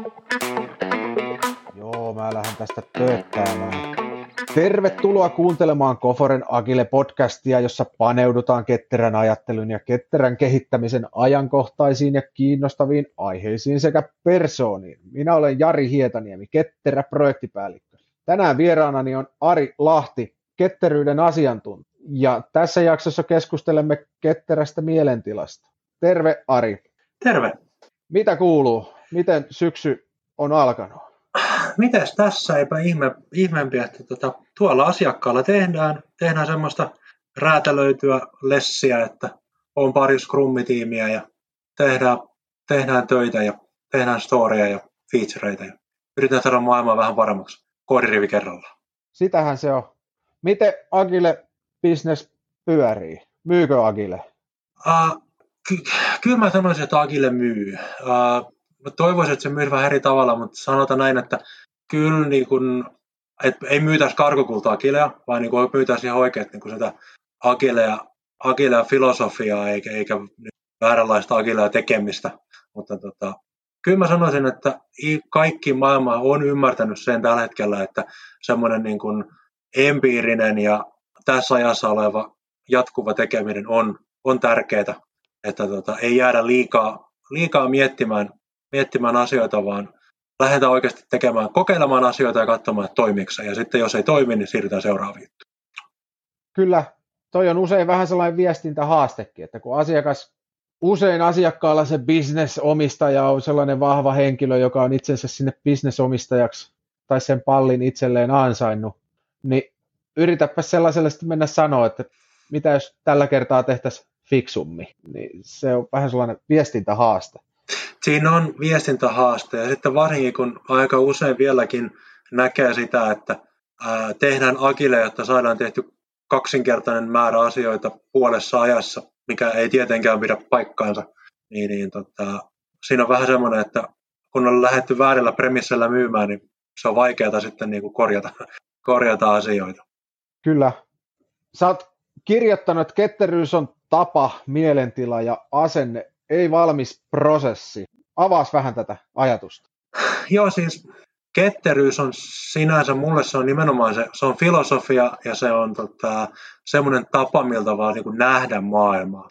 Joo, mä lähden tästä tööttämään. Tervetuloa kuuntelemaan Koforen Agile-podcastia, jossa paneudutaan ketterän ajattelun ja ketterän kehittämisen ajankohtaisiin ja kiinnostaviin aiheisiin sekä persooniin. Minä olen Jari Hietaniemi, ketterä projektipäällikkö. Tänään vieraanani on Ari Lahti, ketteryyden asiantuntija. Ja tässä jaksossa keskustelemme ketterästä mielentilasta. Terve Ari. Terve. Mitä kuuluu? Miten syksy on alkanut? Mites tässä? Eipä ihmeempiä, että tuolla asiakkaalla tehdään semmoista räätälöityä lessiä, että on pari scrummitiimiä ja tehdään töitä ja tehdään storia ja featureita ja yritetään saada maailmaa vähän paremmaksi koodirivi kerrallaan. Sitähän se on. Miten Agile business pyörii? Myykö Agile? Kyllä mä sanoisin, että Agile myy. Mä toivoisin, että se myy vähän eri tavalla, mutta sanotaan näin, että kyllä niin kun, ei myytäisi karkokulta Agilea, vaan niin myytäisi ihan oikein niin sitä Agilea filosofiaa eikä vääränlaista Agilea tekemistä. Mutta kyllä mä sanoisin, että kaikki maailma on ymmärtänyt sen tällä hetkellä, että semmoinen niin kun empiirinen ja tässä ajassa oleva jatkuva tekeminen on tärkeää, että ei jäädä liikaa miettimään asioita, vaan lähdetään oikeasti kokeilemaan asioita ja katsomaan, että toimiiko se. Ja sitten jos ei toimi, niin siirrytään seuraaviin. Kyllä, toi on usein vähän sellainen viestintähaastekin, että kun usein asiakkaalla se business-omistaja on sellainen vahva henkilö, joka on itsensä sinne business-omistajaksi tai sen pallin itselleen ansainnut, niin yritäpä sellaiselle sitten mennä sanoa, että mitä jos tällä kertaa tehtäisiin fiksummin, niin se on vähän sellainen viestintähaaste. Siinä on viestintähaaste ja sitten varsinkin kun aika usein vieläkin näkee sitä, että tehdään Agile, jotta saadaan tehty kaksinkertainen määrä asioita puolessa ajassa, mikä ei tietenkään pidä paikkaansa, niin siinä on vähän semmoinen, että kun on lähdetty väärällä premissellä myymään, niin se on vaikeaa sitten niin kuin korjata asioita. Kyllä. Sä oot kirjoittanut, että ketteryys on tapa, mielentila ja asenne, ei valmis prosessi. Avaas vähän tätä ajatusta. Joo, siis ketteryys on sinänsä, mulle se on nimenomaan se on filosofia ja se on semmoinen tapa, miltä vaan niin kuin nähdä maailmaa.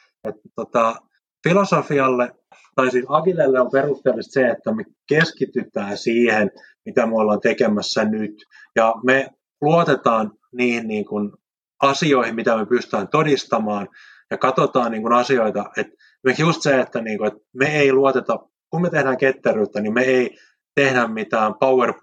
Filosofialle, tai siis Agilelle on perusteellisesti se, että me keskitytään siihen, mitä me ollaan tekemässä nyt. Ja me luotetaan niihin niin kuin asioihin, mitä me pystytään todistamaan, ja katsotaan niin kuin asioita, että just se, että, niin kuin, että me ei luoteta, kun me tehdään ketteryyttä, niin me ei tehdä mitään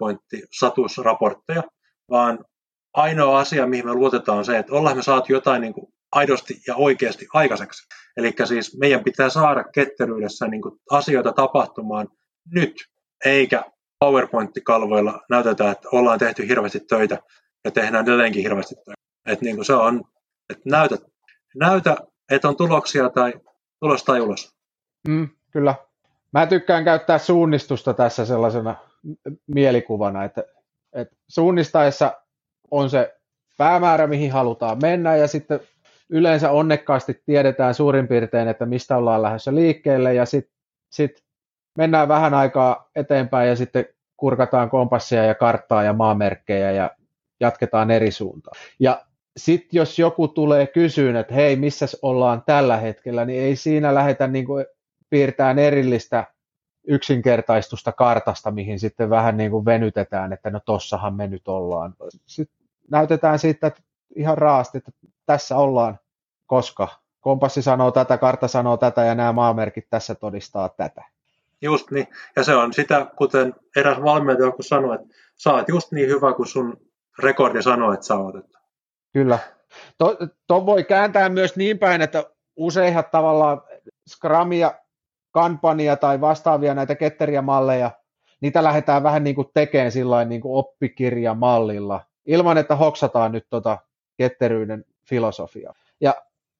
PowerPoint-satusraportteja, vaan ainoa asia, mihin me luotetaan, on se, että ollaan me saatu jotain niin kuin aidosti ja oikeasti aikaiseksi. Eli siis meidän pitää saada ketteryydessä niin kuin asioita tapahtumaan nyt, eikä PowerPoint-kalvoilla näytetä, että ollaan tehty hirveästi töitä ja tehdään edelleenkin hirveästi töitä. Että niin kuin se on, että näytä, että on tuloksia tai tulos tai ulos. Kyllä. Mä tykkään käyttää suunnistusta tässä sellaisena mielikuvana, että suunnistaessa on se päämäärä, mihin halutaan mennä, ja sitten yleensä onnekkaasti tiedetään suurin piirtein, että mistä ollaan lähdössä liikkeelle, ja sitten mennään vähän aikaa eteenpäin, ja sitten kurkataan kompassia ja karttaa ja maamerkkejä, ja jatketaan eri suuntaan. Ja sitten jos joku tulee kysyyn, että hei, missäs ollaan tällä hetkellä, niin ei siinä lähdetä niin kuin piirtämään erillistä yksinkertaistusta kartasta, mihin sitten vähän niin kuin venytetään, että no tossahan me nyt ollaan. Sitten näytetään siitä että ihan raasti, että tässä ollaan, koska kompassi sanoo tätä, kartta sanoo tätä ja nämä maamerkit tässä todistaa tätä. Just niin, ja se on sitä, kuten eräs valmentaja joku sanoi, että sä oot just niin hyvä kuin sun rekordi sanoo, että sä oot. Kyllä. Tuon voi kääntää myös niin päin, että useinhan tavallaan Scrumia, Kanbania tai vastaavia näitä ketteriä-malleja, niitä lähdetään vähän niin kuin tekemään sillain niin kuin oppikirjamallilla, ilman että hoksataan nyt ketteryyden filosofiaa. Ja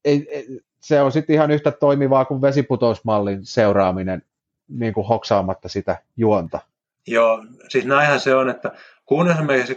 se on sitten ihan yhtä toimivaa kuin vesiputousmallin seuraaminen niin kuin hoksaamatta sitä juonta. Joo, siis näinhän se on, että kun esimerkiksi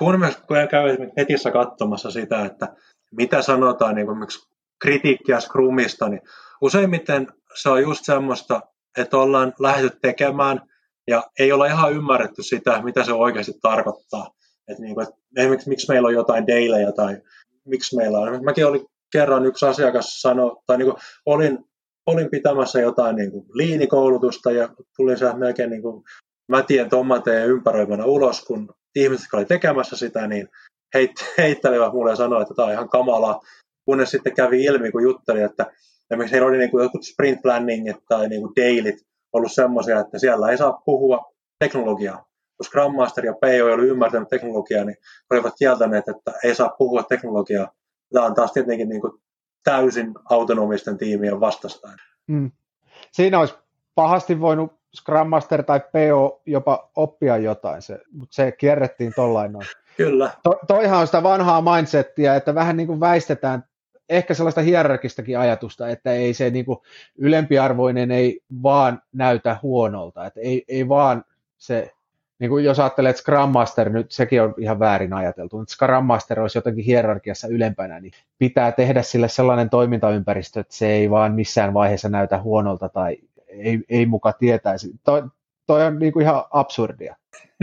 käy netissä katsomassa sitä, että mitä sanotaan niin kuin kritiikkiä Scrumista, niin useimmiten se on just semmoista, että ollaan lähdetty tekemään ja ei olla ihan ymmärretty sitä, mitä se oikeasti tarkoittaa. Että niin kuin, että esimerkiksi miksi meillä on jotain dailejä tai miksi meillä on. Mäkin olin kerran yksi asiakas sanoi, tai niin kuin olin pitämässä jotain niin kuin liinikoulutusta ja tulin sieltä melkein niin kuin mätien tomateen ympäröimänä ulos, kun ihmiset, jotka oli tekemässä sitä, niin heittelivät mulle ja sanoivat, että tämä on ihan kamalaa, kunnes sitten kävi ilmi, kun juttelin, että esimerkiksi heillä oli niin kuin jotkut sprint planningit tai niin kuin dailit ollut semmoisia, että siellä ei saa puhua teknologiaa. Kun Scrum Master ja PO ei ollut ymmärtänyt teknologiaa, niin olivat kieltäneet, että ei saa puhua teknologiaa. Tämä on taas tietenkin niin kuin täysin autonomisten tiimien vastastaan. Siinä olisi pahasti voinut Scrum Master tai PO jopa oppia jotain, mutta se kierrettiin tollain noin. Kyllä. Toihan on sitä vanhaa mindsettiä, että vähän niin kuin väistetään ehkä sellaista hierarkistakin ajatusta, että ei se niin kuin ylempiarvoinen ei vaan näytä huonolta, että ei vaan se, niin kuin jos ajattelee, että Scrum Master, nyt sekin on ihan väärin ajateltu, että Scrum Master olisi jotenkin hierarkiassa ylempänä, niin pitää tehdä sille sellainen toimintaympäristö, että se ei vaan missään vaiheessa näytä huonolta tai ei muka tietäisi. Toi on niin kuin ihan absurdia.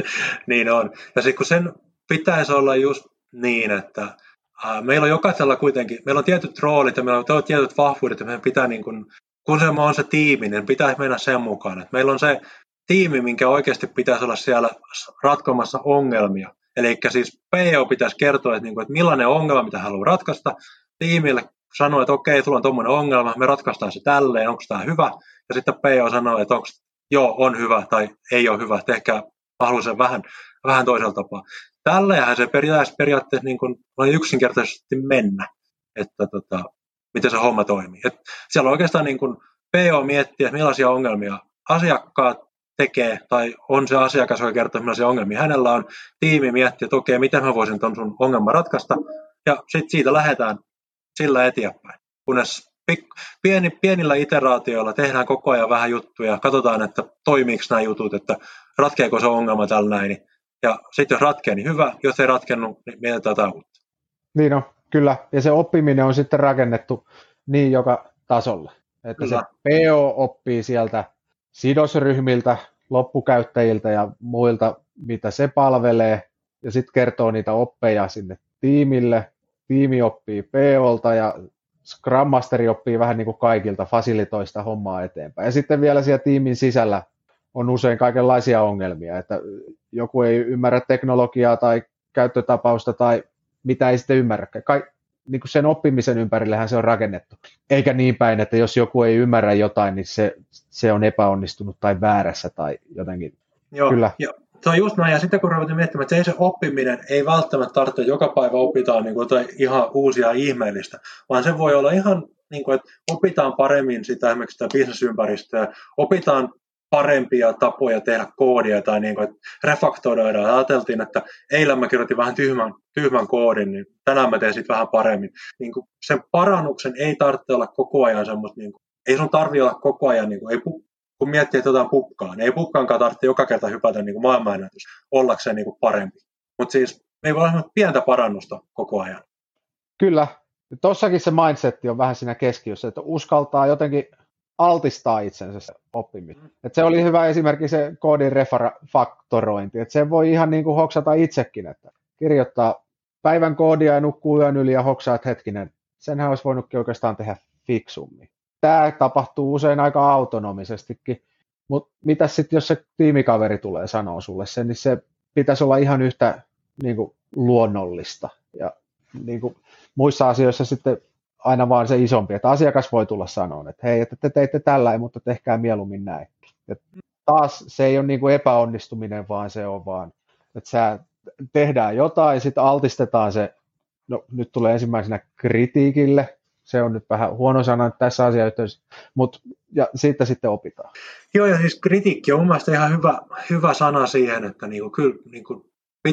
Niin on. Ja sitten kun sen pitäisi olla just niin, että meillä on jokaisella kuitenkin, meillä on tietyt roolit ja meillä on tietyt vahvuudet ja meidän pitää, niin kun se on se tiimi, niin pitäisi mennä sen mukaan. Että meillä on se tiimi, minkä oikeasti pitäisi olla siellä ratkomassa ongelmia. Eli siis PO pitäisi kertoa, että millainen ongelma, mitä haluaa ratkaista. Tiimille sanoo, että okei, sulla on tuommoinen ongelma, me ratkaistaan se tälleen, onko tämä hyvä. Ja sitten PO sanoo, että joo, on hyvä tai ei ole hyvä, tehkää haluaa vähän toisella tapaa. Tälleenhän se periaatteessa niin kuin yksinkertaisesti mennä, että miten se homma toimii. Et siellä on oikeastaan niin kuin PO miettiä, että millaisia ongelmia asiakkaat tekee, tai on se asiakas, joka kertoo, millaisia ongelmia hänellä on. Tiimi miettii, että okei, miten mä voisin tuon sun ongelman ratkaista, ja sitten siitä lähdetään sillä eteenpäin. Kunnes pienillä iteraatioilla tehdään koko ajan vähän juttuja, katsotaan, että toimiiko nämä jutut, että ratkeeko se ongelma tällä näin. Ja sitten jos ratkee, niin hyvä. Jos ei ratkennut, niin mietitään jotain uutta. Niin on, kyllä. Ja se oppiminen on sitten rakennettu niin joka tasolla. Että kyllä. Se PO oppii sieltä sidosryhmiltä, loppukäyttäjiltä ja muilta, mitä se palvelee. Ja sitten kertoo niitä oppeja sinne tiimille. Tiimi oppii POlta ja Scrum Masteri oppii vähän niin kuin kaikilta, fasilitoista hommaa eteenpäin. Ja sitten vielä siellä tiimin sisällä on usein kaikenlaisia ongelmia, että joku ei ymmärrä teknologiaa tai käyttötapausta tai mitä ei sitten ymmärräkään. Niin kuin sen oppimisen ympärillähän se on rakennettu. Eikä niin päin, että jos joku ei ymmärrä jotain, niin se on epäonnistunut tai väärässä tai jotenkin. Joo, kyllä. Joo. Se on just näin, ja sitten kun ruvetaan miettimään, että se oppiminen ei välttämättä tarvitse, että joka päivä opitaan niin kuin ihan uusia ihmeellistä, vaan se voi olla ihan, niin kuin, että opitaan paremmin sitä esimerkiksi sitä bisnesympäristöä, opitaan parempia tapoja tehdä koodia tai niin kuin, että refaktoidaan. Ajateltiin, että eilen mä kirjoitin vähän tyhmän koodin, niin tänään mä teen sitten vähän paremmin. Niin kuin sen parannuksen ei tarvitse olla koko ajan semmoista, niin kuin, ei sun tarvitse olla koko ajan, niin kuin, kun miettii, että jotain pukkaa, niin ei pukkaankaan tarvitse joka kerta hypätä niin kuin maailmanennätys ollakseen niin kuin parempi. Mutta siis me ei voi olla pientä parannusta koko ajan. Kyllä. Tuossakin se mindsetti on vähän siinä keskiössä, että uskaltaa jotenkin altistaa itsensä oppimiseen. Et se oli hyvä esimerkki se koodin refaktorointi, että se voi ihan niin kuin hoksata itsekin, että kirjoittaa päivän koodia ja nukkuu yön yli ja hoksaa, että hetkinen, senhän olisi voinutkin oikeastaan tehdä fiksummin. Tämä tapahtuu usein aika autonomisestikin, mutta mitä sitten, jos se tiimikaveri tulee sanoa sulle sen, niin se pitäisi olla ihan yhtä niin kuin luonnollista. Ja niin kuin muissa asioissa sitten aina vaan se isompi, että asiakas voi tulla sanoa, että hei, että te teitte tällä, mutta tehkää mieluummin näin. Ja taas se ei ole niin kuin epäonnistuminen, vaan se on vaan, että tehdään jotain, sitten altistetaan se, no nyt tulee ensimmäisenä kritiikille, se on nyt vähän huono sana tässä asiayhteydessä, mutta ja siitä sitten opitaan. Joo, ja siis kritiikki on mun mielestä ihan hyvä sana siihen, että niinku, kyllä niinku,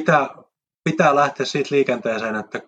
pitää lähteä siitä liikenteeseen, että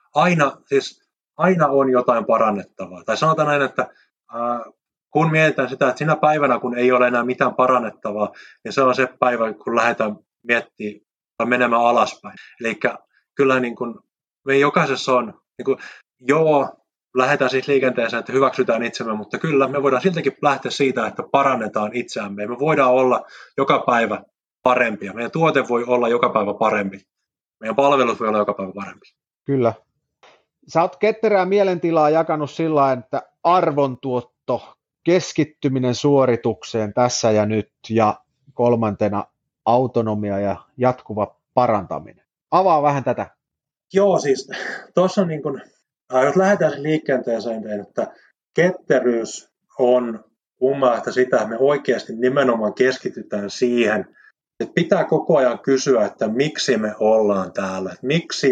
aina on jotain parannettavaa. Tai sanotaan näin, että kun mietitään sitä, että sinä päivänä, kun ei ole enää mitään parannettavaa, niin se on se päivä, kun lähdetään miettimään tai menemään alaspäin. Eli kyllä niin kuin, me jokaisessa on, niin kuin, joo, lähdetään siis liikenteeseen, että hyväksytään itsemme, mutta kyllä me voidaan siltikin lähteä siitä, että parannetaan itseämme. Me voidaan olla joka päivä parempia. Meidän tuote voi olla joka päivä parempi. Meidän palvelut voi olla joka päivä parempi. Kyllä. Sä oot ketterää mielentilaa jakanut sillä tavalla, että arvontuotto, keskittyminen suoritukseen tässä ja nyt ja kolmantena autonomia ja jatkuva parantaminen. Avaa vähän tätä. Joo, siis tuossa on niin kuin, jos lähdetään liikenteeseen, että ketteryys on mun mielestä sitä, että me oikeasti nimenomaan keskitytään siihen, että pitää koko ajan kysyä, että miksi me ollaan täällä, että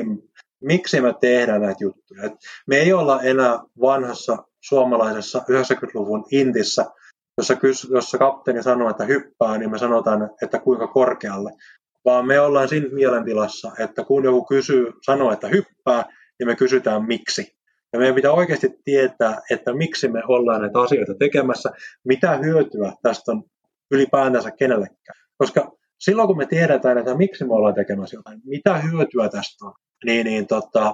miksi me tehdään näitä juttuja. Et me ei olla enää vanhassa suomalaisessa 90-luvun Intissä, jossa kapteeni sanoo, että hyppää, niin me sanotaan, että kuinka korkealle. Vaan me ollaan siinä mielentilassa, että kun joku sanoo, että hyppää, niin me kysytään miksi. Ja meidän pitää oikeasti tietää, että miksi me ollaan näitä asioita tekemässä, mitä hyötyä tästä on ylipäätänsä kenellekään. Koska silloin kun me tiedetään, että miksi me ollaan tekemässä jotain, mitä hyötyä tästä on, niin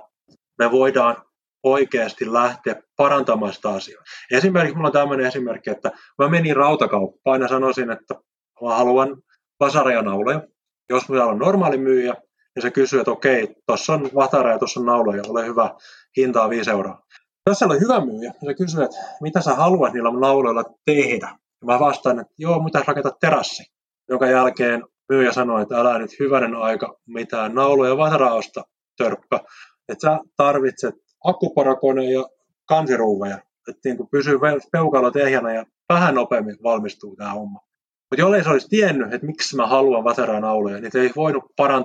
me voidaan oikeasti lähteä parantamaan sitä asiaa. Esimerkiksi minulla on tämmöinen esimerkki, että mä menin rautakauppaan ja sanoisin, että mä haluan vasareja nauloja. Jos minä olen normaali myyjä, niin se kysyy, että okei, tuossa on vasara ja tuossa on nauloja, ole hyvä, hintaa 5 euroa. Jos siellä on hyvä myyjä, niin se kysyy, että mitä sä haluat niillä nauloilla tehdä. Ja mä vastaan, että joo, mitä rakentaa terassi. Jonka jälkeen myyjä sanoo, että älä nyt hyvänen aika mitään nauloja vasarausta törppä. Että sä tarvitset akkuparakoneen ja kansiruuveja. Että niin kuin pysyy peukalo ehjänä ja vähän nopeammin valmistuu tämä homma. Mutta jollei se olisi tiennyt, että miksi mä haluan vasaraa nauloja, niin se ei voinut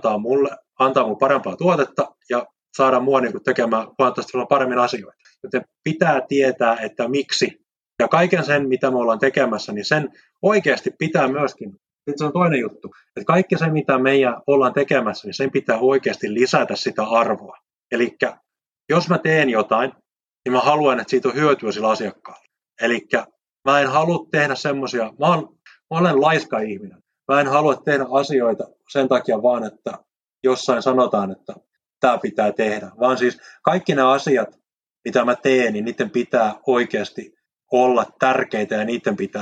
antaa mulle parempaa tuotetta ja saada mua niin tekemään huomattavasti paremmin asioita. Joten pitää tietää, että miksi. Ja kaiken sen, mitä me ollaan tekemässä, niin sen oikeasti pitää myöskin. Sitten se on toinen juttu, että kaikki se, mitä meidän ollaan tekemässä, niin sen pitää oikeasti lisätä sitä arvoa. Eli jos mä teen jotain, niin mä haluan, että siitä on hyötyä sillä asiakkaalla. Eli mä en halua tehdä semmoisia, mä olen laiska ihminen. Mä en halua tehdä asioita sen takia vaan, että jossain sanotaan, että tämä pitää tehdä. Vaan siis kaikki ne asiat, mitä mä teen, niin niiden pitää oikeasti olla tärkeitä ja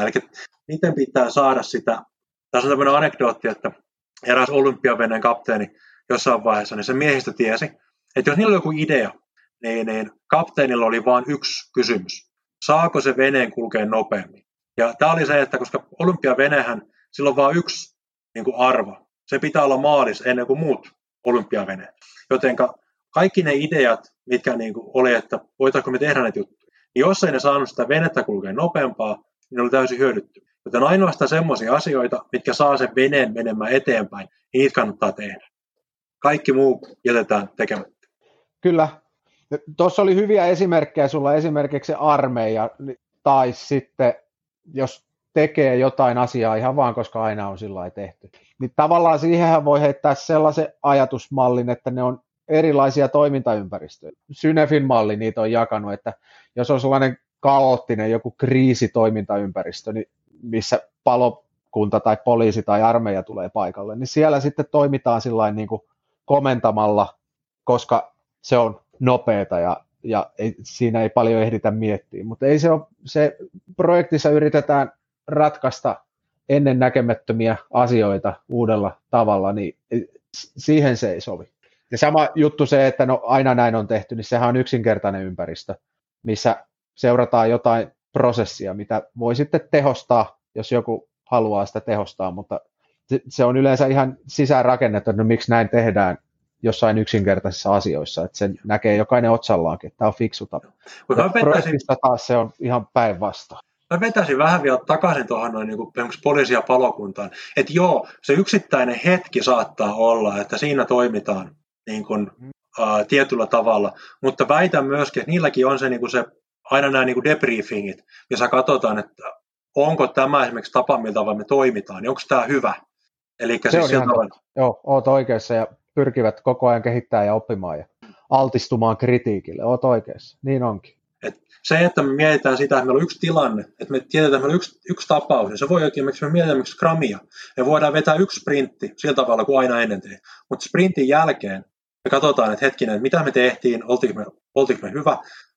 niiden pitää saada sitä. Tässä on tämmöinen anekdootti, että eräs olympiaveneen kapteeni jossain vaiheessa, niin se miehistö tiesi, että jos niillä oli joku idea, niin kapteenilla oli vain yksi kysymys. Saako se veneen kulkea nopeammin? Ja tämä oli se, että koska olympiavenehän, sillä on vain yksi niin kuin arvo. Se pitää olla maalis ennen kuin muut olympiaveneet. Joten kaikki ne ideat, mitkä niin kuin oli, että voitaanko me tehdä näitä juttuja, niin jos ei ne saanut sitä venettä kulkea nopeampaa, niin ne oli täysin hyödytty. Joten ainoastaan semmoisia asioita, mitkä saa sen veneen menemään eteenpäin, niin niitä kannattaa tehdä. Kaikki muu jätetään tekemättä. Kyllä. Tuossa oli hyviä esimerkkejä sulla, esimerkiksi se armeija, tai sitten jos tekee jotain asiaa ihan vaan, koska aina on sillä lailla tehty. Niin tavallaan siihenhän voi heittää sellaisen ajatusmallin, että ne on erilaisia toimintaympäristöjä. Synefin malli niitä on jakanut, että jos on sellainen kaoottinen joku kriisitoimintaympäristö, niin missä palokunta tai poliisi tai armeija tulee paikalle, niin siellä sitten toimitaan sillain niin kuin komentamalla, koska se on nopeata ja siinä ei paljon ehditä miettiä, mutta ei se projektissa yritetään ratkaista ennen näkemättömiä asioita uudella tavalla, niin siihen se ei sovi. Ja sama juttu se, että no aina näin on tehty, niin sehän on yksinkertainen ympäristö, missä seurataan jotain prosessia, mitä voi sitten tehostaa, jos joku haluaa sitä tehostaa, mutta se on yleensä ihan sisäänrakennettu, että no miksi näin tehdään jossain yksinkertaisissa asioissa, että sen näkee jokainen otsallaankin, että tämä on fiksu tapa. Projektista taas se on ihan päinvastoin. Mä vetäisin vähän vielä takaisin tuohon noin niin poliisi- ja palokuntaan. Että joo, se yksittäinen hetki saattaa olla, että siinä toimitaan niin kuin, tietyllä tavalla, mutta väitän myöskin, että niilläkin on se, niin kuin se aina nämä niin kuin debriefingit, missä katsotaan, että onko tämä esimerkiksi tapa, miltä me toimitaan, niin onko tämä hyvä. Elikkä se siis on ihan joo, oot oikeassa ja pyrkivät koko ajan kehittämään ja oppimaan ja altistumaan kritiikille. Oot oikeassa, niin onkin. Se, että me mietitään sitä, että meillä on yksi tilanne, että me tiedetään, että meillä on yksi tapaus, niin se voi oikein, miksi me mietitään miksi Scrumia. Me voidaan vetää yksi sprintti sillä tavalla kuin aina ennen tehdään. Mutta sprintin jälkeen me katsotaan, että hetkinen, että mitä me tehtiin, oltiinko me hyvä,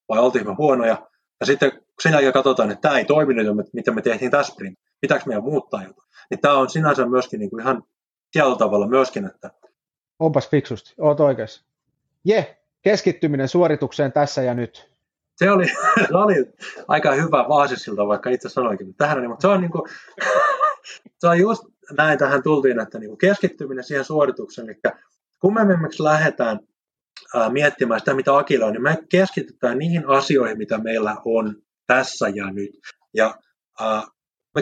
vai oltiin me huonoja. Ja sitten sen jälkeen katsotaan, että tämä ei toiminut, mitä me tehtiin tässä sprint. Pitääkö meidän muuttaa jotain? Niin tämä on sinänsä myöskin niin kuin ihan siellä tavalla myöskin, että... Onpas fiksusti, oot oikeassa. Keskittyminen suoritukseen tässä ja nyt. Se oli aika hyvä vaasissilta, vaikka itse sanoinkin tähän, mutta se on, niin kuin, se on just näin tähän tultiin, että niin kuin keskittyminen siihen suoritukseen, eli kun me esimerkiksi lähdetään miettimään sitä, mitä Akilla on, niin me keskitytään niihin asioihin, mitä meillä on tässä ja nyt. Ja me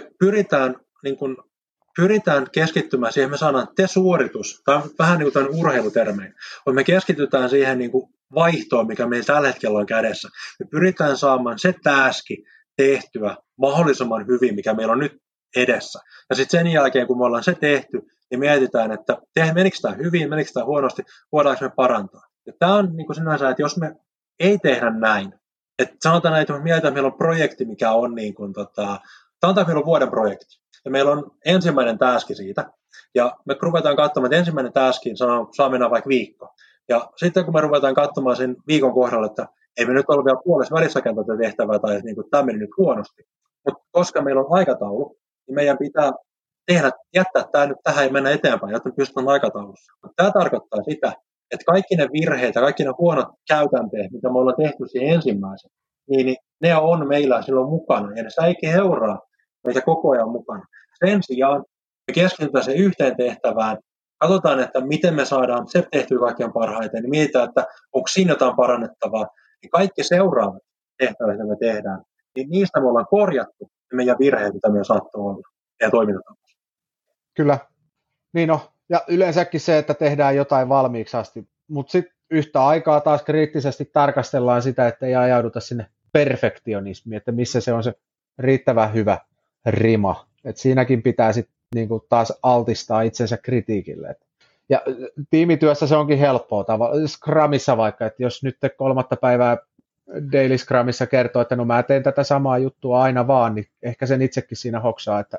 pyritään keskittymään siihen, me saadaan suoritus, tämä on vähän niin kuin tämän urheilutermein, mutta me keskitytään siihen niin kuin vaihtoon, mikä meillä tällä hetkellä on kädessä. Me pyritään saamaan se taski tehtyä mahdollisimman hyvin, mikä meillä on nyt edessä. Ja sitten sen jälkeen, kun me ollaan se tehty, niin mietitään, että menikö tämä hyvin, menikö tämä huonosti, voidaanko me parantaa. Ja tämä on niin kuin sinänsä, että jos me ei tehdä näin, että sanotaan näin, että me mietitään, että meillä on projekti, mikä on niin kuin, sanotaan, että meillä on vuoden projekti, ja meillä on ensimmäinen taski siitä, ja me ruvetaan katsomaan, että ensimmäinen taskiin saa mennä vaikka viikko. Ja sitten kun me ruvetaan katsomaan sen viikon kohdalla, että ei me nyt ole vielä puolessa välissäkään tätä tehtävää, tai niin kuin, tämä meni nyt huonosti, mutta koska meillä on aikataulu, niin meidän pitää jättää tämä nyt tähän ja mennä eteenpäin, jotta me pystytään aikataulussa. Tämä tarkoittaa sitä, että kaikki ne virheet ja kaikki ne huonot käytänteet, mitä me ollaan tehty siihen ensimmäisen, niin ne on meillä silloin mukana, ja ne säikin heuraa meitä koko ajan mukana. Sen sijaan me keskitytään sen yhteen tehtävään, katsotaan, että miten me saadaan se tehtyä kaikkein parhaiten, niin mietitään, että onko siinä jotain parannettavaa, niin kaikki seuraavat tehtävät, mitä me tehdään, niin niistä me ollaan korjattu meidän virheet, mitä meillä saattoi olla, ja toimintatavassa. Kyllä, niin on. Ja yleensäkin se, että tehdään jotain valmiiksi asti, mutta sitten yhtä aikaa taas kriittisesti tarkastellaan sitä, että ei ajauduta sinne perfektionismiin, että missä se on se riittävän hyvä rima. Et siinäkin pitää sitten niinku taas altistaa itsensä kritiikille. Ja tiimityössä se onkin helppoa. Scrumissa vaikka, että jos nyt 3. päivää Daily Scrumissa kertoo, että no mä teen tätä samaa juttua aina vaan, niin ehkä sen itsekin siinä hoksaa, että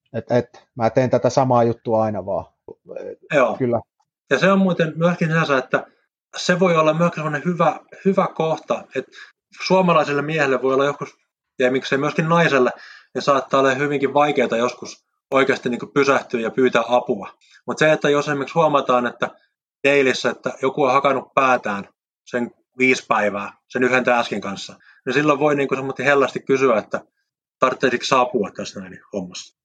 mä teen tätä samaa juttua aina vaan. Joo. Kyllä. Ja se on muuten myöskin sinänsä, että se voi olla myöskin hyvä kohta, että suomalaiselle miehelle voi olla joskus, ja miksei myöskin naiselle, niin saattaa olla hyvinkin vaikeaa joskus oikeasti niin kuin pysähtyä ja pyytää apua. Mutta se, että jos esimerkiksi huomataan, että Dailyssä, että joku on hakannut päätään sen 5 päivää sen yhden taskin kanssa, niin silloin voi niin kuin hellästi kysyä, että tarvitseeko apua tässä näin hommassa.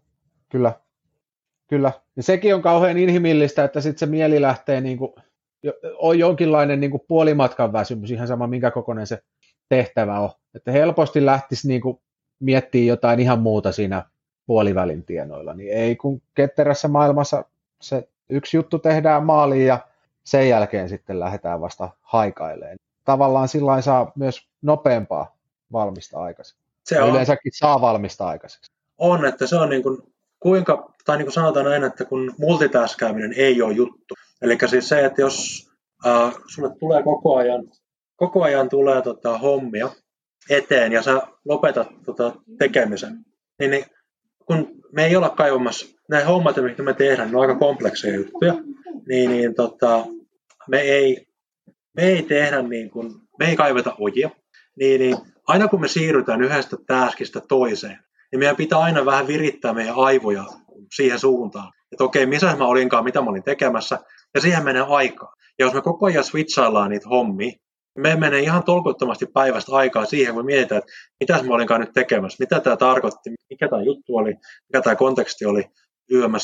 Kyllä. Ja sekin on kauhean inhimillistä, että sitten se mieli lähtee, on jonkinlainen puolimatkan väsymys, ihan sama minkä kokoinen se tehtävä on. Että helposti lähtisi miettimään jotain ihan muuta siinä puolivälin tienoilla. Niin ei kun ketterässä maailmassa se yksi juttu tehdään maaliin ja sen jälkeen sitten lähdetään vasta haikailemaan. Tavallaan sillain saa myös nopeampaa valmista aikaiseksi. Yleensäkin saa valmista aikaiseksi. On, että se on niin kuin sanotaan aina, että kun multitaskaaminen ei ole juttu. Eli siis se, että jos sulle tulee koko ajan tulee hommia eteen ja sä lopetat tekemisen, niin kun me ei olla kaivamassa, nämä hommat, mitä me tehdään, ne on aika komplekseja juttuja, niin me ei tehdä me ei kaiveta ojia, niin aina kun me siirrytään yhdestä taskista toiseen, niin meidän pitää aina vähän virittää meidän aivoja siihen suuntaan. Että okei, missä mä olinkaan, mitä mä olin tekemässä, ja siihen menee aikaa. Ja jos me koko ajan switchaillaan niitä hommia, niin me menee ihan tolkuttomasti päivästä aikaa siihen, kun me mietitään, että mitä mä olinkaan nyt tekemässä, mitä tämä tarkoitti, mikä tämä juttu oli, mikä tämä konteksti oli, yömäs,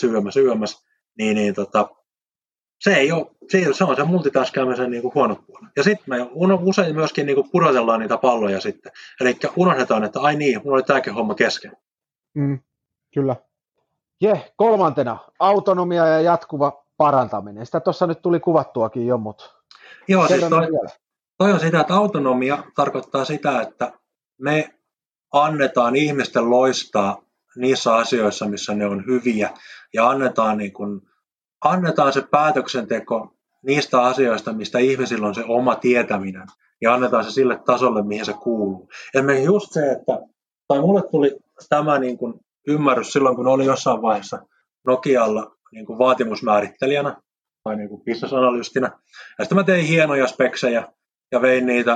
se on se multitaskaamisen huono puoli. Ja sitten me usein myöskin pudotellaan niitä palloja sitten. Eli unohdetaan, että ai niin, mulla oli tämäkin homma kesken. Kyllä. 3. autonomia ja jatkuva parantaminen. Sitä tuossa nyt tuli kuvattuakin jo, mutta joo, siis toi on sitä, että autonomia tarkoittaa sitä, että me annetaan ihmisten loistaa niissä asioissa, missä ne on hyviä, ja annetaan se päätöksenteko niistä asioista, mistä ihmisillä on se oma tietäminen, ja annetaan se sille tasolle, mihin se kuuluu. Esimerkiksi just se, että mulle tuli tämä ymmärrys silloin, kun oli jossain vaiheessa Nokialla vaatimusmäärittelijänä tai business-analystina. Ja sitten mä tein hienoja speksejä ja vein niitä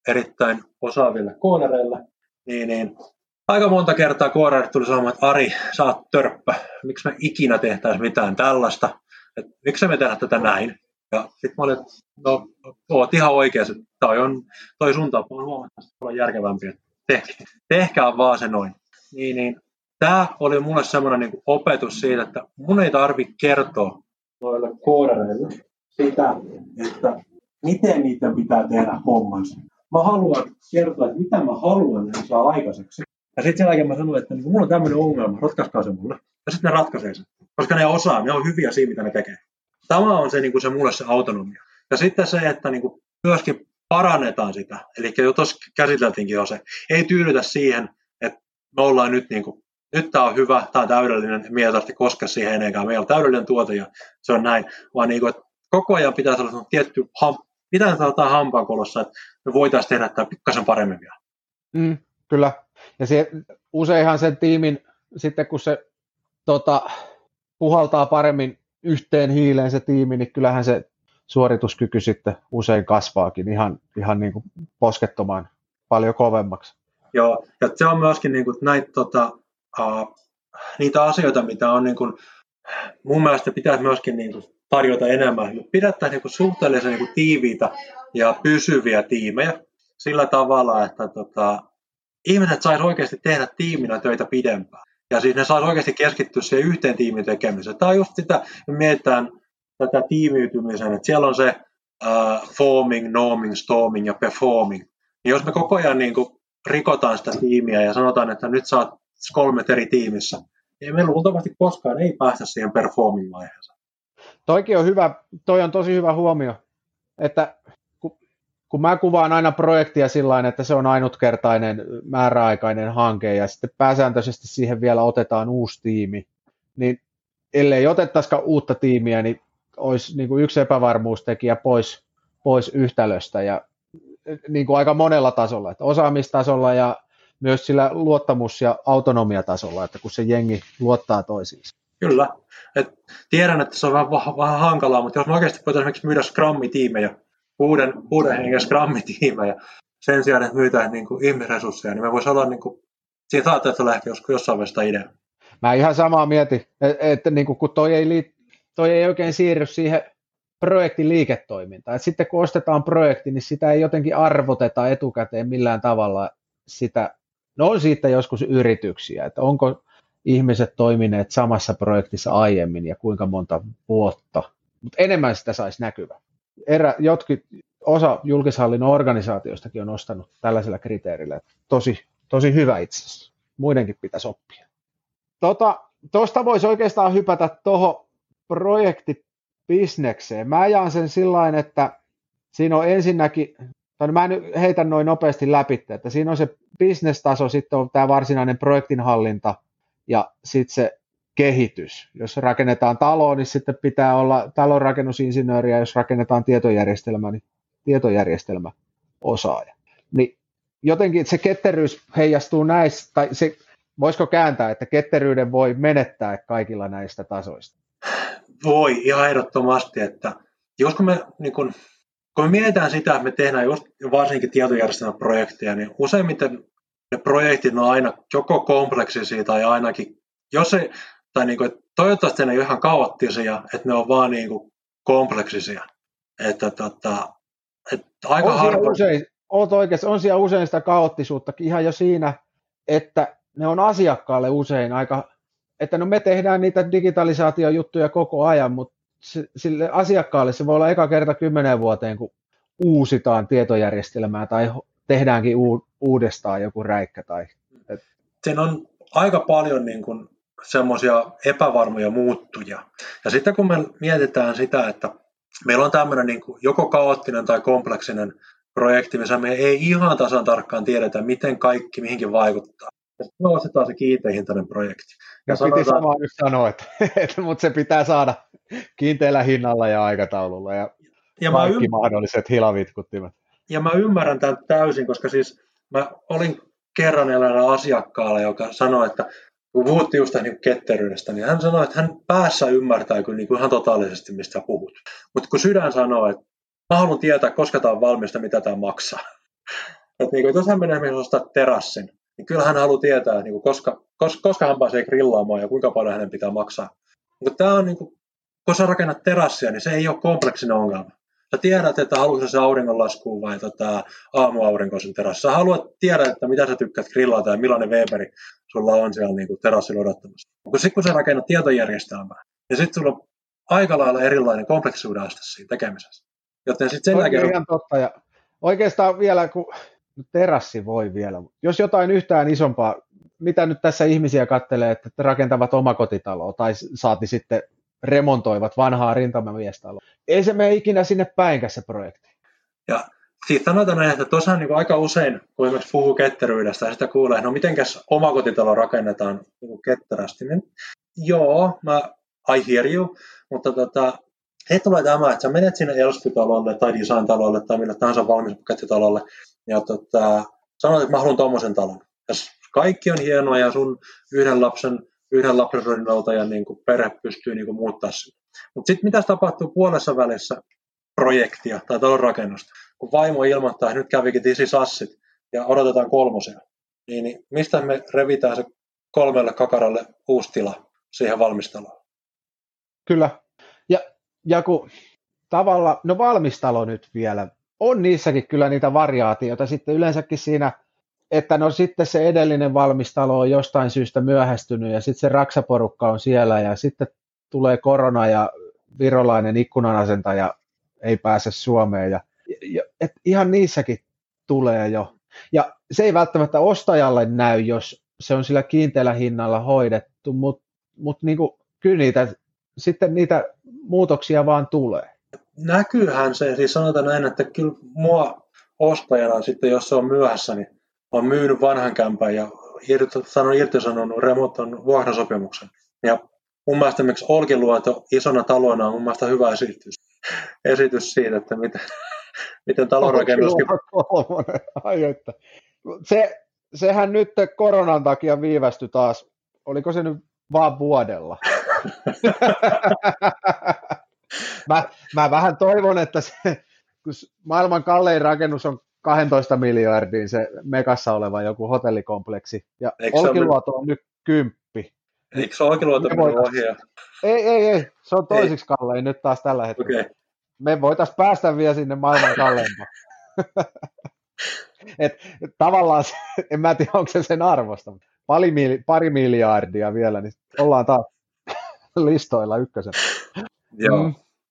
erittäin osaaville koodareille, niin aika monta kertaa koodarit tuli sanomaan, että Ari, sä oot törppä, miksi me ikinä tehtäisiin mitään tällaista, että miksi me tehdä tätä näin. Ja sitten mä olin, että no, oot ihan oikeassa, että toi sun tapa on huomattavasti paljon järkevämpi, että tehkää vaan se noin. Niin, tämä oli mulle semmoinen niin kuin opetus siitä, että mun ei tarvitse kertoa noille koodareille sitä, että miten niiden pitää tehdä hommansa. Mä haluan kertoa, että mitä mä haluan, että saa aikaiseksi. Ja sitten sen jälkeen mä sanoin, että mulla on tämmöinen ongelma, ratkaiskaa se mulle. Ja sitten ne ratkaisee sen, koska ne osaa, ne on hyviä siinä, mitä ne tekee. Tämä on se, niin kuin se mulle se autonomia. Ja sitten se, että niin kuin myöskin parannetaan sitä. Eli jo tuossa käsiteltiinkin jo se. Ei tyydytä siihen, että me ollaan nyt niin kuin, nyt tämä on hyvä, tämä on täydellinen, me ei tarvitse koskea siihen ennenkään. Meillä on täydellinen tuote ja se on näin. Vaan niin kuin, että koko ajan pitää olla tietty pitää saada hampaankolossa, että me voitaisiin tehdä tämä pikkasen paremmin vielä. Kyllä. Ja useinhan sen tiimin, sitten kun se puhaltaa paremmin yhteen hiileen se tiimi, niin kyllähän se suorituskyky sitten usein kasvaakin ihan niin kuin poskettomaan paljon kovemmaksi. Joo, ja se on myöskin niin kuin näitä niitä asioita, mitä on niin kuin, mun mielestä pitäisi myöskin niin kuin tarjota enemmän. Pidettäisiin niin kuin suhteellisen niin kuin tiiviitä ja pysyviä tiimejä sillä tavalla, että ihmiset sais oikeasti tehdä tiiminä töitä pidempään. Ja siis ne sais oikeasti keskittyä siihen yhteen tiimin tekemiseen. Tämä on just sitä, me mietitään tätä tiimiytymisen, että siellä on se forming, norming, storming ja performing. Niin jos me koko ajan niin kuin rikotaan sitä tiimiä ja sanotaan, että nyt sä oot 3 eri tiimissä, niin me luultavasti koskaan ei päästä siihen performing-vaiheeseen. Toi on tosi hyvä huomio, että kun mä kuvaan aina projektia sillain, että se on ainutkertainen määräaikainen hanke ja sitten pääsääntöisesti siihen vielä otetaan uusi tiimi, niin ellei otettaisikaan uutta tiimiä, niin olisi niin kuin yksi epävarmuustekijä pois yhtälöstä ja niin kuin aika monella tasolla, että osaamistasolla ja myös sillä luottamus- ja autonomiatasolla, että kun se jengi luottaa toisiinsa. Kyllä. Tiedän, että se on vähän hankalaa, mutta jos me oikeasti voitaisiin esimerkiksi myydä Scrum-tiimejä, uuden hengen Scrum-tiimejä, sen sijaan, että myytään niin kuin ihmisresursseja, niin me voisi olla, niin kuin, siinä saattaa lähteä jossain vaiheessa idea. Mä ihan samaa mietin, että niin kuin, kun toi ei oikein siirry siihen projektin liiketoimintaan. Että sitten kun ostetaan projekti, niin sitä ei jotenkin arvoteta etukäteen millään tavalla sitä. No on siitä joskus yrityksiä, että onko ihmiset toimineet samassa projektissa aiemmin ja kuinka monta vuotta, mutta enemmän sitä saisi näkyvä. Osa julkishallinnon organisaatioistakin on ostanut tällaisella kriteerillä. Tosi hyvä itse asiassa. Muidenkin pitäisi oppia. Tuosta voisi oikeastaan hypätä tuohon projektibisnekseen. Mä jaan sen sillain, että siinä on ensinnäkin, tai mä nyt heitän noin nopeasti läpi, että siinä on se business-taso, sitten on tämä varsinainen projektinhallinta ja sitten se kehitys. Jos rakennetaan taloa, niin sitten pitää olla talonrakennusinsinööri, ja jos rakennetaan tietojärjestelmä, niin tietojärjestelmäosaaja. Niin jotenkin se ketteryys heijastuu näissä, tai se, voisiko kääntää, että ketteryyden voi menettää kaikilla näistä tasoista? Voi, ihan ehdottomasti, että jos kun me mietitään sitä, että me tehdään just varsinkin tietojärjestelmäprojekteja, niin useimmiten ne projektit on aina joko kompleksisia tai ainakin, toivottavasti ne ei ole ihan kaoottisia, että ne on vaan niin kuin kompleksisia. Että aika harvoin. Olet oikeassa, on siellä usein sitä kaoottisuuttakin ihan jo siinä, että ne on asiakkaalle usein aika, että no me tehdään niitä digitalisaatiojuttuja koko ajan, mutta sille asiakkaalle se voi olla eka kerta 10 vuoteen, kun uusitaan tietojärjestelmää tai tehdäänkin uudestaan joku räikkä. Siinä on aika paljon niin kuin semmoisia epävarmoja muuttuja. Ja sitten kun me mietitään sitä, että meillä on tämmöinen niin kuin joko kaoottinen tai kompleksinen projekti, missä me ei ihan tasan tarkkaan tiedetä, miten kaikki mihinkin vaikuttaa. Ja me ostetaan se kiinteähintainen projekti. Ja piti samaa nyt sanoa, mutta se pitää saada kiinteällä hinnalla ja aikataululla ja kaikki mahdolliset hilavitkuttimet. Ja mä ymmärrän tämän täysin, koska siis mä olin kerran eläinä asiakkaalla, joka sanoi, että kun puhuttiin just niin ketteryydestä, niin hän sanoi, että hän päässä ymmärtää kyllä niin kuin ihan totaalisesti, mistä puhut. Mutta kun sydän sanoo, että mä haluan tietää, koska tämä on valmista, mitä tämä maksaa. Että niin jos hän menee esimerkiksi ostaa terassin, niin kyllä hän haluaa tietää, niin koska hän pääsee grillaamaan ja kuinka paljon hänen pitää maksaa. Mutta tämä on, niin kuin, kun sä rakennat terassia, niin se ei ole kompleksinen ongelma. Sä tiedät, että haluatko se auringonlaskuun vai aamuaurinko sen terassa. Sä haluat tiedä, että mitä sä tykkäät grillata ja millainen Weberi sulla on siellä niin kuin terassilla odottamassa. Mutta sitten kun sä rakennat tietojärjestelmää, niin sitten sulla on aika lailla erilainen kompleksisuuden aste siinä tekemisessä. Joten sitten sen jälkeen... ihan totta. Ja oikeastaan vielä, kun terassi voi vielä. Jos jotain yhtään isompaa, mitä nyt tässä ihmisiä kattelee, että rakentavat omakotitaloa tai saati sitten remontoivat vanhaa rintamamiestaloa. Ei se mene ikinä sinne päinkään se projekti. Ja siitä sanotaan näin, että tuossa niin aika usein, kun esimerkiksi puhuu ketteryydestä ja sitä kuulee, no mitenkäs omakotitalo rakennetaan niin ketterästi, niin joo, I hear you, mutta he tulee tämä, että sä menet sinne Elspy-talolle tai design-talolle tai millä tahansa valmispaketitalolle ja sanot, että mä haluan tommosen talon. Jos kaikki on hienoa ja sun yhden lapsen ja niin kuin perhe pystyy niin kuin muuttaa sitä. Mutta sitten mitä tapahtuu puolessa välissä projektia tai talon rakennusta, kun vaimo ilmoittaa, että nyt kävikin tisisassit ja odotetaan 3, niin mistä me revitään se 3 kakaralle uusi tila siihen valmistaloon? Kyllä. Ja kun tavallaan, no valmistalo nyt vielä, on niissäkin kyllä niitä variaatioita sitten yleensäkin siinä, että no sitten se edellinen valmistalo on jostain syystä myöhästynyt ja sitten se raksaporukka on siellä ja sitten tulee korona ja virolainen ikkunanasentaja ei pääse Suomeen ja et ihan niissäkin tulee jo. Ja se ei välttämättä ostajalle näy, jos se on sillä kiinteällä hinnalla hoidettu, mutta niinku, kyllä niitä muutoksia vaan tulee. Näkyyhän se, siis sanotaan näin, että kyllä mua ostajana sitten, jos se on myöhässä, niin on myynyt vanhan kämpän ja irtisanonut remonton vuokrasopimuksen. Ja mun mielestä esimerkiksi Olkiluoto isona talona on mun mielestä hyvä esitys siitä, että miten talonrakennuskin... Sehän nyt koronan takia viivästyi taas. Oliko se nyt vaan vuodella? mä vähän toivon, että se, kun maailman kallein rakennus on 12 miljardin se Megassa oleva joku hotellikompleksi, ja Olkiluoto on nyt 10. Eikö se Olkiluoto mennyt ohi? Ei, se on toisiksi kallein nyt taas tällä hetkellä. Okay. Me voitaisiin päästä vielä sinne maailman kalleimpaan. Tavallaan, en mä tiedä, onko se sen arvosta, mutta pari miljardia vielä, niin ollaan taas listoilla ykkösen. Joo.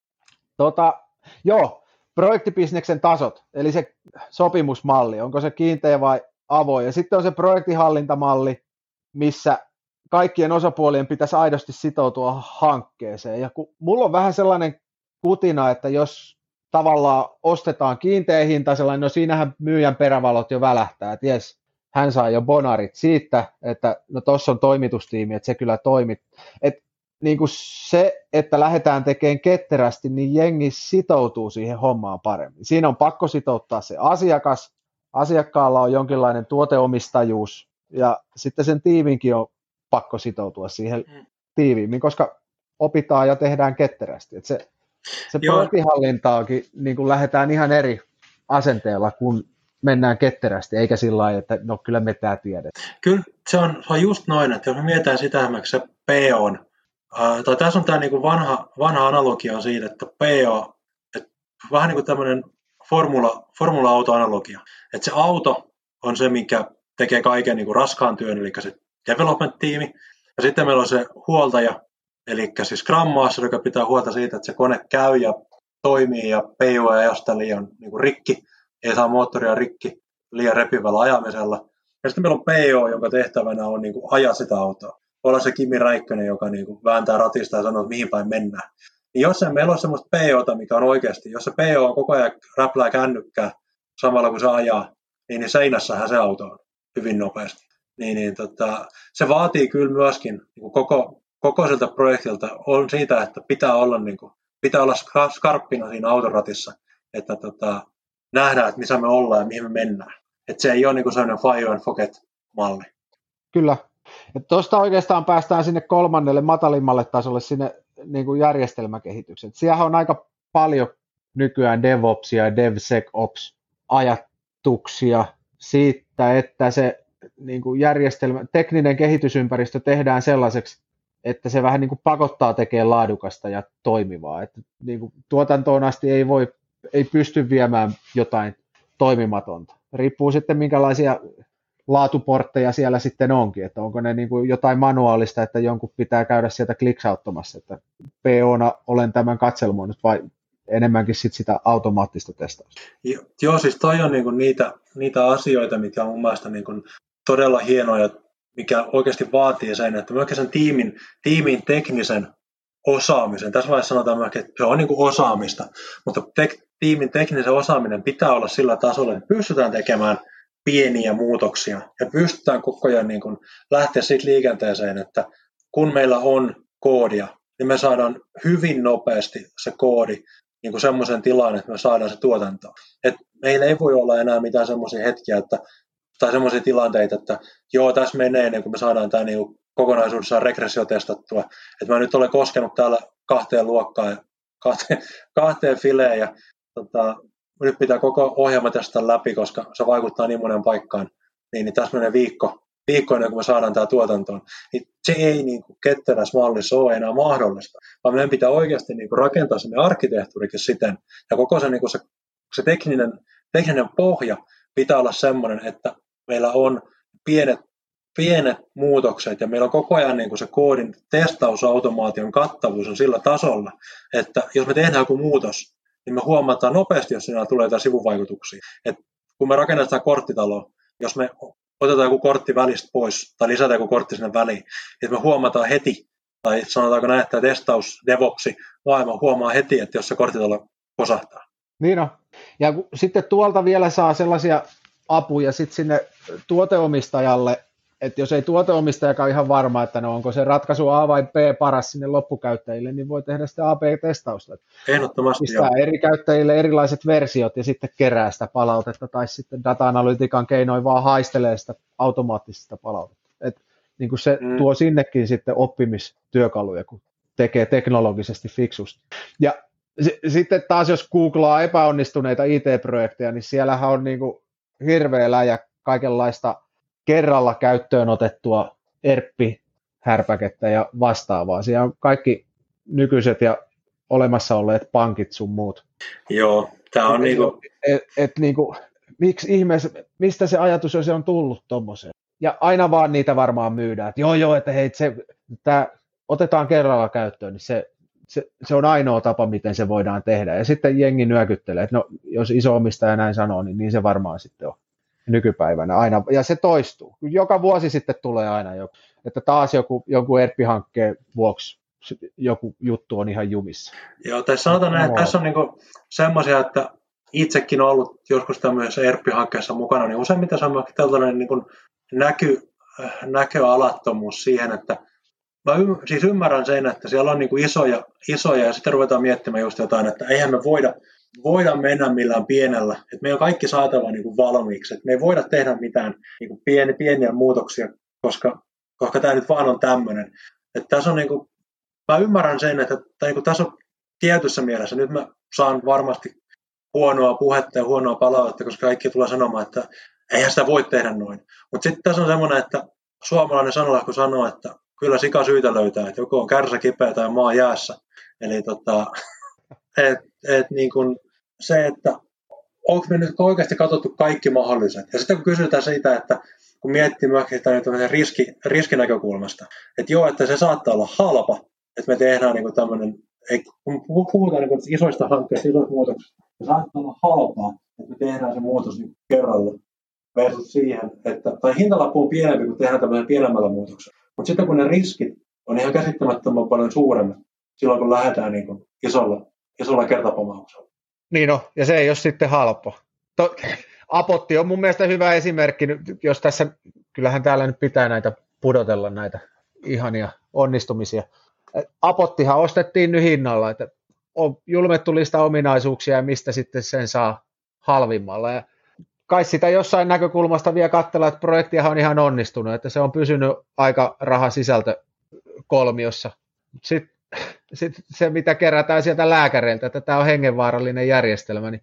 Joo, projektibisneksen tasot, eli se sopimusmalli, onko se kiinteä vai avoin, ja sitten on se projektihallintamalli, missä kaikkien osapuolien pitäisi aidosti sitoutua hankkeeseen, ja kun mulla on vähän sellainen kutina, että jos tavallaan ostetaan kiinteä hinta sellainen, no siinähän myyjän perävalot jo välähtää, että jes, hän saa jo bonarit siitä, että no tossa on toimitustiimi, että se kyllä toimit, että niin kuin se, että lähdetään tekemään ketterästi, niin jengi sitoutuu siihen hommaan paremmin. Siinä on pakko sitouttaa se asiakas, asiakkaalla on jonkinlainen tuoteomistajuus, ja sitten sen tiiminkin on pakko sitoutua siihen tiiviimmin, koska opitaan ja tehdään ketterästi. Että se projektihallintaakin niin kuin lähdetään ihan eri asenteella, kun mennään ketterästi, eikä sillä lailla, että no kyllä me tämä tiedetään. Kyllä se on just noin, että jos me mietitään sitä, että se PO on, tai tässä on tämä niin kuin vanha analogia siitä, että PO, että vähän niin kuin tämmöinen formula-auto-analogia, että se auto on se, mikä tekee kaiken niin kuin raskaan työn, eli se development-tiimi, ja sitten meillä on se huoltaja, eli siis Scrum Master, joka pitää huolta siitä, että se kone käy ja toimii ja PO ei sitä liian niin kuin rikki, ei saa moottoria rikki liian repivällä ajamisella. Ja sitten meillä on PO, jonka tehtävänä on niin kuin ajaa sitä autoa. Olla se Kimi Räikkönen, joka niin kuin vääntää ratista ja sanoo, että mihin päin mennään. Niin jos meillä on semmoista POta, mikä on oikeasti, jos se PO on koko ajan räplää kännykkää samalla kun se ajaa, niin seinässähän se auto on hyvin nopeasti. Se vaatii kyllä myöskin niin koko siltä projektilta on siitä, että pitää olla skarppina siinä autoratissa, että nähdään, että missä me ollaan ja mihin me mennään. Että se ei ole niin kuin sellainen fire and forget-malli. Kyllä. Tuosta oikeastaan päästään sinne 3. matalimmalle tasolle, sinne niin kuin järjestelmäkehityksen. Siellä on aika paljon nykyään DevOpsia ja DevSecOps odotuksia siitä, että se niin kuin järjestelmä, tekninen kehitysympäristö tehdään sellaiseksi, että se vähän niin kuin pakottaa tekemään laadukasta ja toimivaa. Että niin kuin tuotantoon asti ei pysty viemään jotain toimimatonta. Riippuu sitten minkälaisia laatuportteja siellä sitten onkin, että onko ne niin kuin jotain manuaalista, että jonkun pitää käydä sieltä kliksauttamassa, että PO:na olen tämän katselmoinut vai enemmänkin sitä automaattista testausta. Joo, siis toi on niinku niitä asioita, mitkä on mun mielestä niinku todella hienoja, mikä oikeasti vaatii sen, että myöskin sen tiimin teknisen osaamisen, tässä vaiheessa sanotaan myöskin, että se on niinku osaamista, mutta tiimin teknisen osaaminen pitää olla sillä tasolla, että pystytään tekemään pieniä muutoksia ja pystytään koko ajan niinku lähteä siitä liikenteeseen, että kun meillä on koodia, niin me saadaan hyvin nopeasti se koodi niin kuin semmoisen tilaan, että me saadaan se tuotantoon. Et meillä ei voi olla enää mitään semmoisia hetkiä, tai semmoisia tilanteita, että joo, tässä menee, niin kun me saadaan tämä niin kokonaisuudessaan regressio testattua. Että mä nyt olen koskenut täällä 2 luokkaan ja 2 fileen, ja nyt pitää koko ohjelma testata läpi, koska se vaikuttaa niin monen paikkaan. Niin tässä menee viikko ennen kuin me saadaan tämä tuotantoon. Niin se ei niin kuin ketterässä mallissa ole enää mahdollista, vaan meidän pitää oikeasti niin kuin rakentaa se arkkitehtuurikin siten, ja koko se, niin kuin se tekninen pohja pitää olla semmoinen, että meillä on pienet muutokset, ja meillä on koko ajan niin kuin se koodin testausautomaation kattavuus on sillä tasolla, että jos me tehdään joku muutos, niin me huomataan nopeasti, jos siinä tulee jotain sivuvaikutuksia. Et kun me rakennetaan korttitaloa, jos me otetaan joku kortti välistä pois tai lisätään joku kortti sinne väliin, että me huomataan heti, tai sanotaanko näin, että testaus DevOpsi maailma huomaa heti, että jos se korttitalo posahtaa. Niin on. Ja sitten tuolta vielä saa sellaisia apuja sitten sinne tuoteomistajalle, että jos ei tuoteomistajakaan ihan varma, että no onko se ratkaisu A vai B paras sinne loppukäyttäjille, niin voi tehdä sitä AB-testausta. Ehdottomasti. Pistää eri käyttäjille erilaiset versiot ja sitten kerää sitä palautetta, tai sitten data-analytiikan keinoin vaan haistelee sitä automaattista palautetta. Et, niin kuin se tuo sinnekin sitten oppimistyökaluja, kun tekee teknologisesti fiksusti. Ja sitten taas jos googlaa epäonnistuneita IT-projekteja, niin siellähän on niin kuin hirveä läjä kaikenlaista kerralla käyttöön otettua ERP-härpäkettä ja vastaavaa. Siellä on kaikki nykyiset ja olemassa olleet pankit sun muut. Joo, tämä on niinku... niinku, miksi ihmeessä, mistä se ajatus on tullut tommoseen? Ja aina vaan niitä varmaan myydään, että joo, että hei, tämä otetaan kerralla käyttöön, niin se on ainoa tapa, miten se voidaan tehdä. Ja sitten jengi nyökyttelee, että no, jos iso omistaja näin sanoo, niin se varmaan sitten on nykypäivänä aina. Ja se toistuu. Joka vuosi sitten tulee aina joku, että taas joku ERP-hankkeen vuoksi joku juttu on ihan jumissa. Joo, tässä sanotaan näin, että tässä on niinku semmoisia, että itsekin on ollut joskus tämmöisessä ERP-hankkeessa mukana, niin useimmiten se on tällainen niinku näköalattomuus siihen, että mä siis ymmärrän sen, että siellä on niinku isoja ja sitten ruvetaan miettimään just jotain, että eihän me voida mennä millään pienellä, että meidän on kaikki saatava niinku valmiiksi, että me ei voida tehdä mitään niinku pieniä muutoksia, koska tämä nyt vaan on tämmöinen. Että tässä on niinku, mä ymmärrän sen, että niinku tässä on tietyssä mielessä, nyt mä saan varmasti huonoa puhetta ja huonoa palautetta, koska kaikki tulee sanomaan, että eihän sitä voi tehdä noin. Mutta sitten tässä on semmoinen, että suomalainen sananlasku sanoo, että kyllä sika syytä löytää, että joko on kärsä kipeä tai maa jäässä. Eli niin kun se, että onko me nyt oikeasti katsottu kaikki mahdolliset. Ja sitten kun kysytään siitä, että kun miettii myös riskinäkökulmasta, että joo, että se saattaa olla halpa, että me tehdään niin tämmöinen, kun puhutaan niin isoista hankkeista, isoista muutoksista, se saattaa olla halpaa, että me tehdään se muutos niin kerralla versus siihen, että, tai hintalappu on pienempi, kun tehdään tämmöisen pienemmällä muutoksella. Mutta sitten kun ne riskit on ihan käsittämättömän paljon suuremmat, silloin kun lähdetään niin kuin isolla kertapomauksella. Niin no, ja se ei ole sitten halpo. Apotti on mun mielestä hyvä esimerkki, jos tässä, kyllähän täällä nyt pitää näitä pudotella näitä ihania onnistumisia. Apottihan ostettiin nyt hinnalla, että on julmettu lista ominaisuuksia ja mistä sitten sen saa halvimmalla. Ja kai sitä jossain näkökulmasta vielä katsella, että projektihan on ihan onnistunut, että se on pysynyt aika rahasisältökolmiossa. Sitten se, mitä kerätään sieltä lääkäreiltä, että tämä on hengenvaarallinen järjestelmä, niin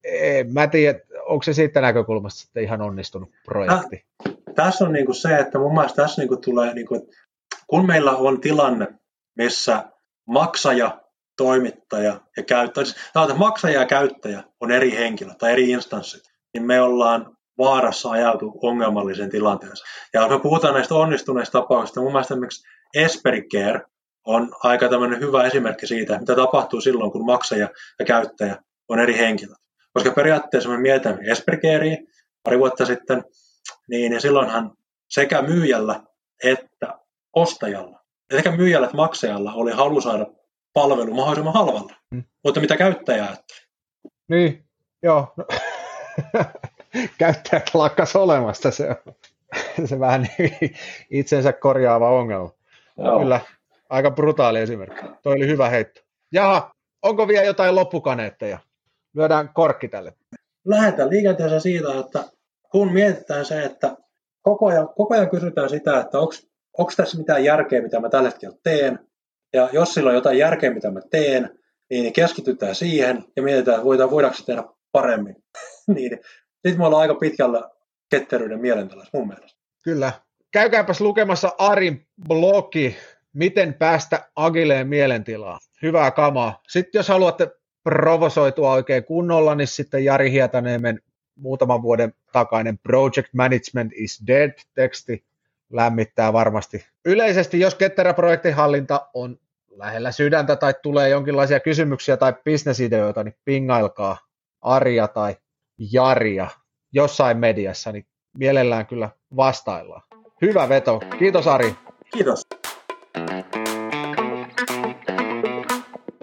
Mä en tiedä, onko se siitä näkökulmasta sitten ihan onnistunut projekti. Tässä on niinku se, että mun mielestä tässä niinku tulee, niinku, kun meillä on tilanne, missä maksaja, toimittaja ja käyttäjä, maksaja ja käyttäjä on eri henkilö tai eri instanssit, niin me ollaan vaarassa ajautua ongelmalliseen tilanteeseen. Ja jos me puhutaan näistä onnistuneista tapauksista, mun mielestä esimerkiksi Espericare on aika tämmöinen hyvä esimerkki siitä, mitä tapahtuu silloin, kun maksaja ja käyttäjä on eri henkilöt. Koska periaatteessa me mietitään Espericarea pari vuotta sitten, niin silloinhan sekä myyjällä että ostajalla, sekä myyjällä että maksajalla oli halu saada palvelu mahdollisimman halvalla. Mutta mitä käyttäjä ajatteli? Niin, joo. No. Käyttäjät lakkas olemasta, se vähän niin itsensä korjaava ongelma. Joo. Kyllä, aika brutaali esimerkki. Toi oli hyvä heitto. Jaha, onko vielä jotain loppukaneetteja? Lyödään korkki tälle. Lähdetään liikenteeseen siitä, että kun mietitään se, että koko ajan kysytään sitä, että onko tässä mitään järkeä, mitä mä tällä hetkellä teen, ja jos sillä on jotain järkeä, mitä mä teen, niin keskitytään siihen ja mietitään, voidaanko se tehdä paremmin. Niin, sitten me ollaan aika pitkällä ketteryyden mielentilassa mun mielestä. Kyllä. Käykääpäs lukemassa Arin blogi, miten päästä agileen mielentilaan. Hyvää kamaa. Sitten jos haluatte provosoitua oikein kunnolla, niin sitten Jari Hietaniemen muutaman vuoden takainen Project Management is Dead-teksti lämmittää varmasti. Yleisesti, jos ketterä-projektin hallinta on lähellä sydäntä tai tulee jonkinlaisia kysymyksiä tai bisnesideoita, niin pingailkaa Aria tai Jaria jossain mediassa, niin mielellään kyllä vastaillaan. Hyvä veto. Kiitos Ari. Kiitos.